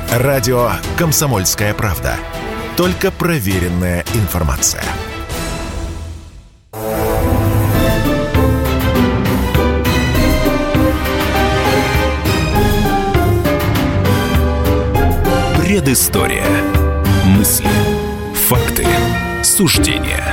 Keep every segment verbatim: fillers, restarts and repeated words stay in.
Радио «Комсомольская правда». Только проверенная информация. Предыстория. Мысли, факты, суждения.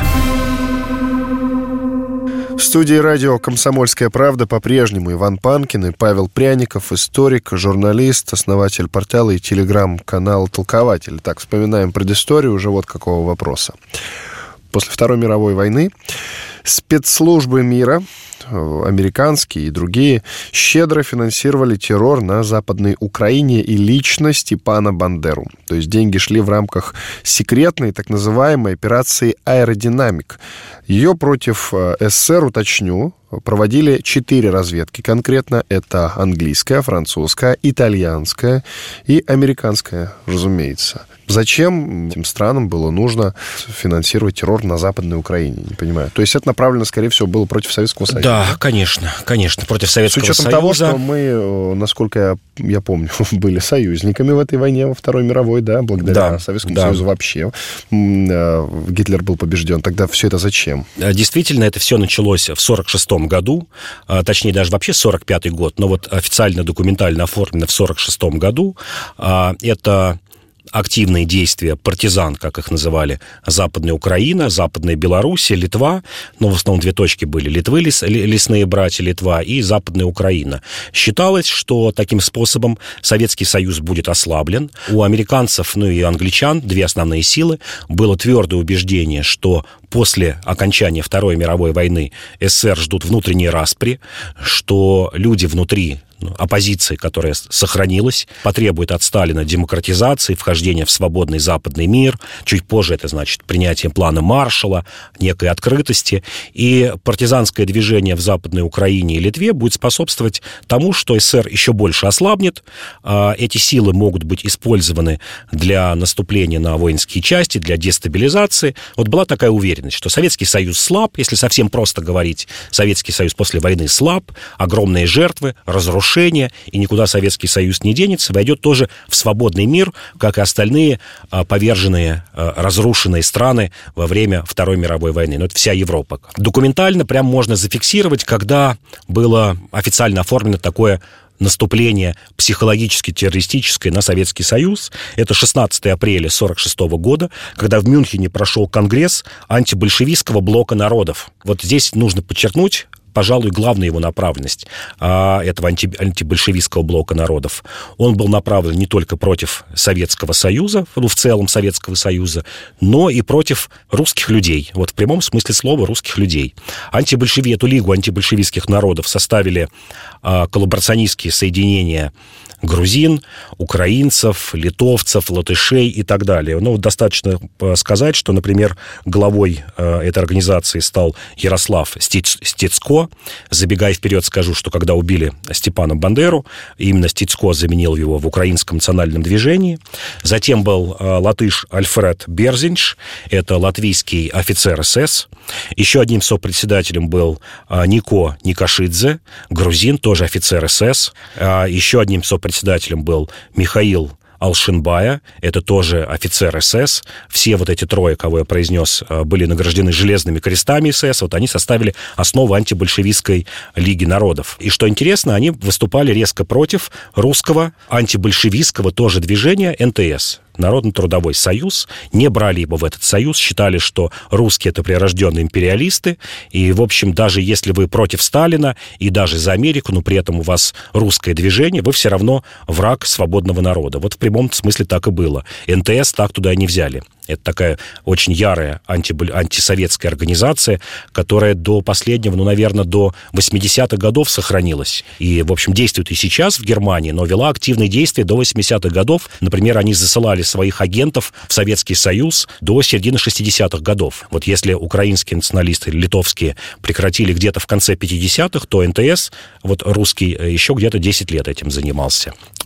В студии радио «Комсомольская правда» по-прежнему Иван Панкин и Павел Пряников, историк, журналист, основатель портала и телеграм-канала «Толкователь». Так, вспоминаем предысторию уже вот какого вопроса. После Второй мировой войны спецслужбы мира, американские и другие, щедро финансировали террор на Западной Украине и лично Степана Бандеру. То есть деньги шли в рамках секретной так называемой операции «Аэродинамик». Ее против СССР, уточню, проводили четыре разведки. Конкретно это английская, французская, итальянская и американская, разумеется. Зачем этим странам было нужно финансировать террор на Западной Украине? Не понимаю. То есть это направлено, скорее всего, было против Советского Союза? Да, конечно, конечно, против Советского Союза. С учетом того, что мы, насколько я, я помню, были союзниками в этой войне во Второй мировой, да, благодаря да, Советскому да. Союзу вообще. Гитлер был побежден. Тогда все это зачем? Действительно, это все началось в сорок шестом году, точнее, даже вообще сорок пятый год, но вот официально, документально оформлено в сорок шестом году. Это активные действия партизан, как их называли, Западная Украина, Западная Белоруссия, Литва, но в основном две точки были: Литвы, лес, лесные братья Литва и Западная Украина. Считалось, что таким способом Советский Союз будет ослаблен. У американцев, ну и англичан, две основные силы, было твердое убеждение, что после окончания Второй мировой войны СССР ждут внутренние распри, что люди внутри оппозиции, которая сохранилась, потребует от Сталина демократизации, вхождения в свободный западный мир. Чуть позже это значит принятие плана Маршалла, некой открытости. И партизанское движение в Западной Украине и Литве будет способствовать тому, что СССР еще больше ослабнет. Эти силы могут быть использованы для наступления на воинские части, для дестабилизации. Вот была такая уверенность, что Советский Союз слаб, если совсем просто говорить, Советский Союз после войны слаб, огромные жертвы, разрушения, и никуда Советский Союз не денется, войдет тоже в свободный мир, как и остальные поверженные, разрушенные страны во время Второй мировой войны. Но это вся Европа. Документально прям можно зафиксировать, когда было официально оформлено такое наступление психологически-террористическое на Советский Союз. Это шестнадцатого апреля сорок шестого года, когда в Мюнхене прошел конгресс антибольшевистского блока народов. Вот здесь нужно подчеркнуть, пожалуй, главная его направленность а, этого анти, антибольшевистского блока народов. Он был направлен не только против Советского Союза, ну, в целом Советского Союза, но и против русских людей. Вот в прямом смысле слова русских людей. Антибольшеви, эту лигу антибольшевистских народов составили а, коллаборационистские соединения грузин, украинцев, литовцев, латышей и так далее. Ну, достаточно сказать, что, например, главой э, этой организации стал Ярослав Стец, Стецко. Забегая вперед, скажу, что когда убили Степана Бандеру, именно Стецко заменил его в Украинском национальном движении. Затем был э, латыш Альфред Берзинш, это латвийский офицер СС. Еще одним сопредседателем был э, Нико Никошидзе, грузин, тоже офицер СС. Э, еще одним сопредседателем Председателем был Михаил Алшинбая, это тоже офицер СС. Все вот эти трое, кого я произнес, были награждены железными крестами СС. Вот они составили основу антибольшевистской лиги народов. И что интересно, они выступали резко против русского антибольшевистского тоже движения эн тэ эс. Народно-трудовой союз, не брали его в этот союз, считали, что русские — это прирожденные империалисты, и, в общем, даже если вы против Сталина и даже за Америку, но при этом у вас русское движение, вы все равно враг свободного народа. Вот в прямом смысле так и было. эн тэ эс так туда и не взяли. Это такая очень ярая анти, антисоветская организация, которая до последнего, ну, наверное, до восьмидесятых годов сохранилась. И, в общем, действует и сейчас в Германии, но вела активные действия до восьмидесятых годов. Например, они засылали своих агентов в Советский Союз до середины шестидесятых годов. Вот если украинские националисты, литовские, прекратили где-то в конце пятидесятых, то эн тэ эс, вот русский, еще где-то десять лет этим занимался.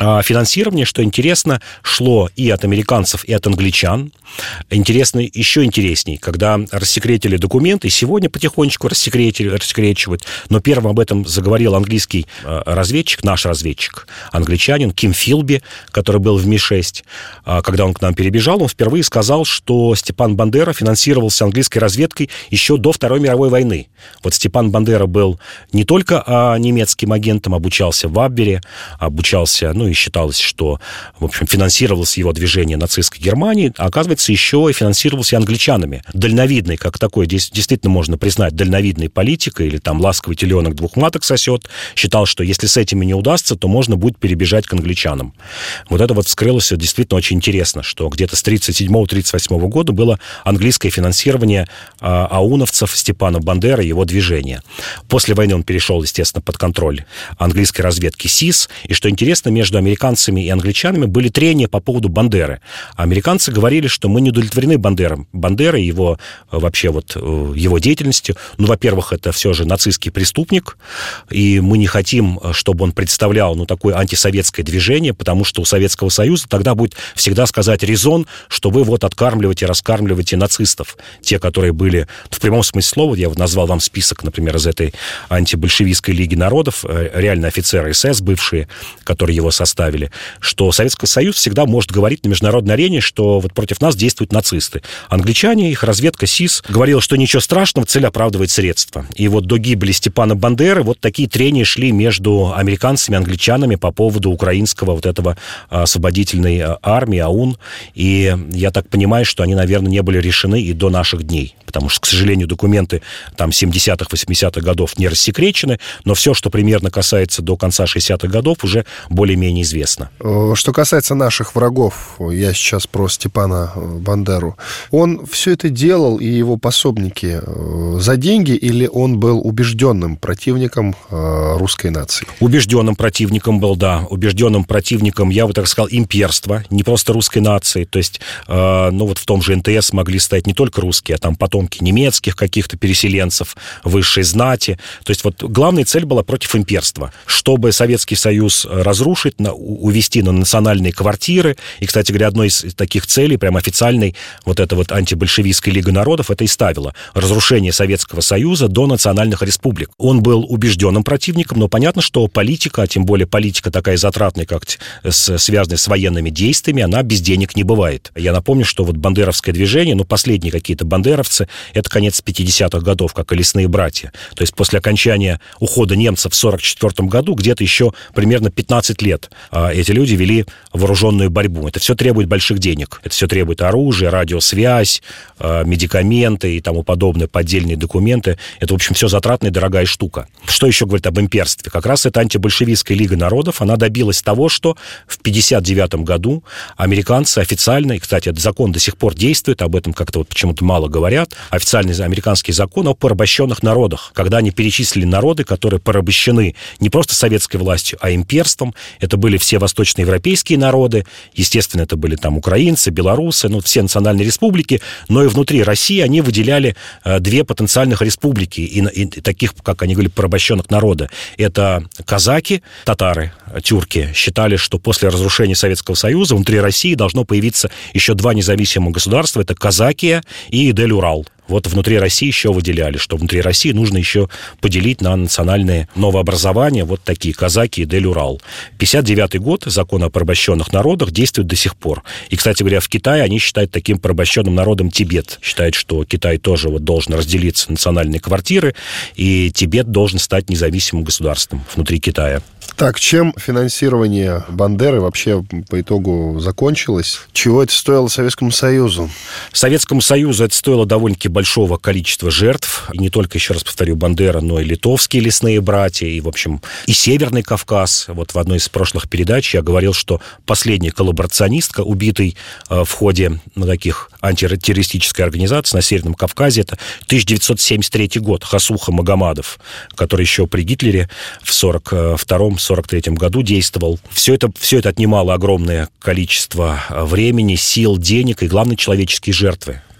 финансирование, что интересно, шло и от американцев, и от англичан. Интересно, еще интересней, когда рассекретили документы, сегодня потихонечку рассекретили, рассекречивают, но первым об этом заговорил английский разведчик, наш разведчик, англичанин Ким Филби, который был в Ми шесть. Когда он к нам перебежал, он впервые сказал, что Степан Бандера финансировался английской разведкой еще до Второй мировой войны. Вот Степан Бандера был не только немецким агентом, обучался в Абвере, обучался, ну и считалось, что, в общем, финансировалось его движение нацистской Германии, а оказывается, еще и финансировался англичанами. Дальновидный, как такой, действительно можно признать, дальновидный политик, или там ласковый теленок двух маток сосет, считал, что если с этими не удастся, то можно будет перебежать к англичанам. Вот это вот вскрылось действительно очень интересно, что где-то с тридцать седьмого — тридцать восьмого года было английское финансирование а, ауновцев Степана Бандеры и его движения. После войны он перешел, естественно, под контроль английской разведки СИС, и, что интересно, между американцами и англичанами были трения по поводу Бандеры. Американцы говорили, что мы не удовлетворены Бандерой. Бандерой, его вообще вот его деятельностью. Ну, во-первых, это все же нацистский преступник, и мы не хотим, чтобы он представлял, ну, такое антисоветское движение, потому что у Советского Союза тогда будет всегда сказать резон, что вы вот откармливаете, раскармливаете нацистов. Те, которые были, в прямом смысле слова, я вот назвал вам список, например, из этой антибольшевистской лиги народов, реально офицеры СС бывшие, которые его составили, что Советский Союз всегда может говорить на международной арене, что вот против нас действуют нацисты. Англичане, их разведка СИС говорила, что ничего страшного, цель оправдывает средства. И вот до гибели Степана Бандеры вот такие трения шли между американцами и англичанами по поводу украинского вот этого освободительной армии, АУН. И я так понимаю, что они, наверное, не были решены и до наших дней. Потому что, к сожалению, документы там семидесятых, восьмидесятых годов не рассекречены, но все, что примерно касается до конца шестидесятых годов, уже более-менее известно. Что касается наших врагов, я сейчас про Степана Бандеру, он все это делал, и его пособники, за деньги, или он был убежденным противником русской нации? Убежденным противником был, да. Убежденным противником, я бы так сказал, имперства, не просто русской нации. То есть, ну вот в том же эн тэ эс могли стоять не только русские, а там потомки немецких каких-то переселенцев, высшей знати. То есть вот главная цель была против имперства. Чтобы Советский Союз разрушить, увести на национальные квартиры. И, кстати говоря, одной из таких целей, прям официальной, вот эта вот антибольшевистская лига народов, это и ставила. Разрушение Советского Союза до национальных республик. Он был убежденным противником, но понятно, что политика, а тем более политика такая затратная, как с, связанная с военными действиями, она без денег не бывает. Я напомню, что вот бандеровское движение, ну, последние какие-то бандеровцы, это конец пятидесятых годов, как и лесные братья. То есть после окончания ухода немцев в сорок четвёртом году, где-то еще примерно пятнадцать лет эти люди вели вооруженную борьбу. Это все требует больших денег. Это все требует оружия, радиосвязь, медикаменты и тому подобное, поддельные документы. Это, в общем, все затратная и дорогая штука. Что еще говорит об имперстве? Как раз эта антибольшевистская лига народов, она добилась того, что в пятьдесят девятом году американцы официально, и, кстати, этот закон до сих пор действует, об этом как-то вот почему-то мало говорят, официальный американский закон о порабощенных народах, когда они перечислили народы, которые порабощены не просто советской властью, а имперством. Это были все восточноевропейские народы, естественно, это были там украинцы, белорусы, ну, все национальные республики, но и внутри России они выделяли э, две потенциальных республики, и, и таких, как они говорили, порабощенных народа. Это казаки, татары, тюрки, считали, что после разрушения Советского Союза внутри России должно появиться еще два независимых государства, это Казакия и Идель-Урал. Вот внутри России еще выделяли, что внутри России нужно еще поделить на национальные новообразования, вот такие казаки и Идель-Урал. пятьдесят девятый год, закон о порабощенных народах действует до сих пор. И, кстати говоря, в Китае они считают таким порабощенным народом Тибет. Считают, что Китай тоже вот должен разделиться на национальные квартиры, и Тибет должен стать независимым государством внутри Китая. Так, чем финансирование Бандеры вообще по итогу закончилось? Чего это стоило Советскому Союзу? Советскому Союзу это стоило довольно-таки большого количества жертв. И не только, еще раз повторю, Бандера, но и литовские лесные братья, и, в общем, и Северный Кавказ. Вот в одной из прошлых передач я говорил, что последняя коллаборационистка, убитый э, в ходе ну, таких антитеррористической организации на Северном Кавказе, это тысяча девятьсот семьдесят третий год, Хасуха Магомадов, который еще при Гитлере в сорок втором сорок третьем году действовал. Все это, все это отнимало огромное количество времени, сил, денег и, главное, человеческие жертвы.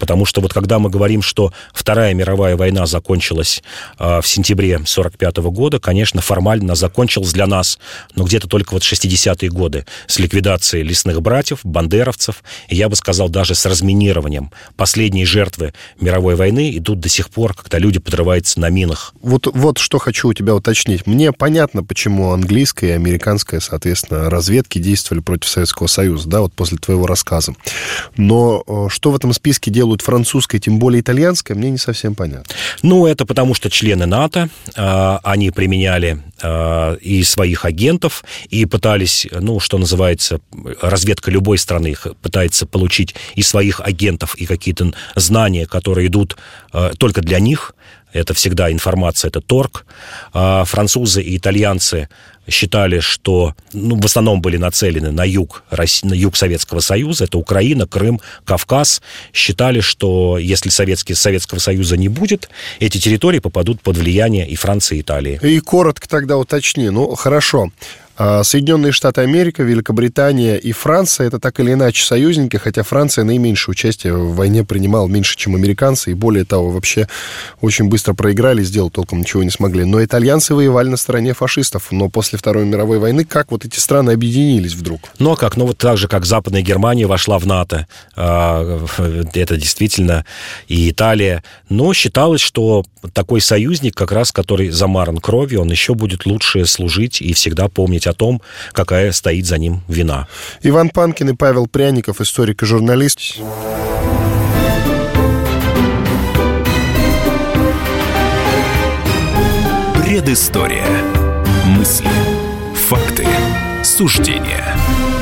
Потому что вот когда мы говорим, что Вторая мировая война закончилась э, в сентябре сорок пятого года, конечно, формально закончилась для нас, но где-то только вот шестидесятые годы с ликвидацией лесных братьев, бандеровцев, и я бы сказал, даже с разминированием. Последние жертвы мировой войны идут до сих пор, когда люди подрываются на минах. Вот, вот что хочу у тебя уточнить. Мне понятно, почему английская и американская, соответственно, разведки действовали против Советского Союза, да, вот после твоего рассказа. Но что в этом списке делают французская, тем более итальянская, мне не совсем понятно. Ну, это потому что члены НАТО, э, они применяли э, и своих агентов, и пытались, ну, что называется, разведка любой страны пытается получить и своих агентов, и какие-то знания, которые идут э, только для них. Это всегда информация, это торг. А французы и итальянцы считали, что, ну, в основном были нацелены на юг, на юг Советского Союза, это Украина, Крым, Кавказ. Считали, что если Советский, Советского Союза не будет, эти территории попадут под влияние и Франции, и Италии. И коротко тогда уточни. Ну, хорошо. Соединенные Штаты Америки, Великобритания и Франция — это так или иначе союзники, хотя Франция наименьшее участие в войне принимала меньше, чем американцы, и более того, вообще очень быстро проиграли, сделать толком ничего не смогли. Но итальянцы воевали на стороне фашистов, но после Второй мировой войны как вот эти страны объединились вдруг? Ну, а как? Ну, вот так же, как Западная Германия вошла в НАТО, это действительно и Италия. Но считалось, что такой союзник, как раз который замаран кровью, он еще будет лучше служить и всегда помнить о том, какая стоит за ним вина. Иван Панкин и Павел Пряников, историк и журналист. Предыстория. Мысли, факты, суждения.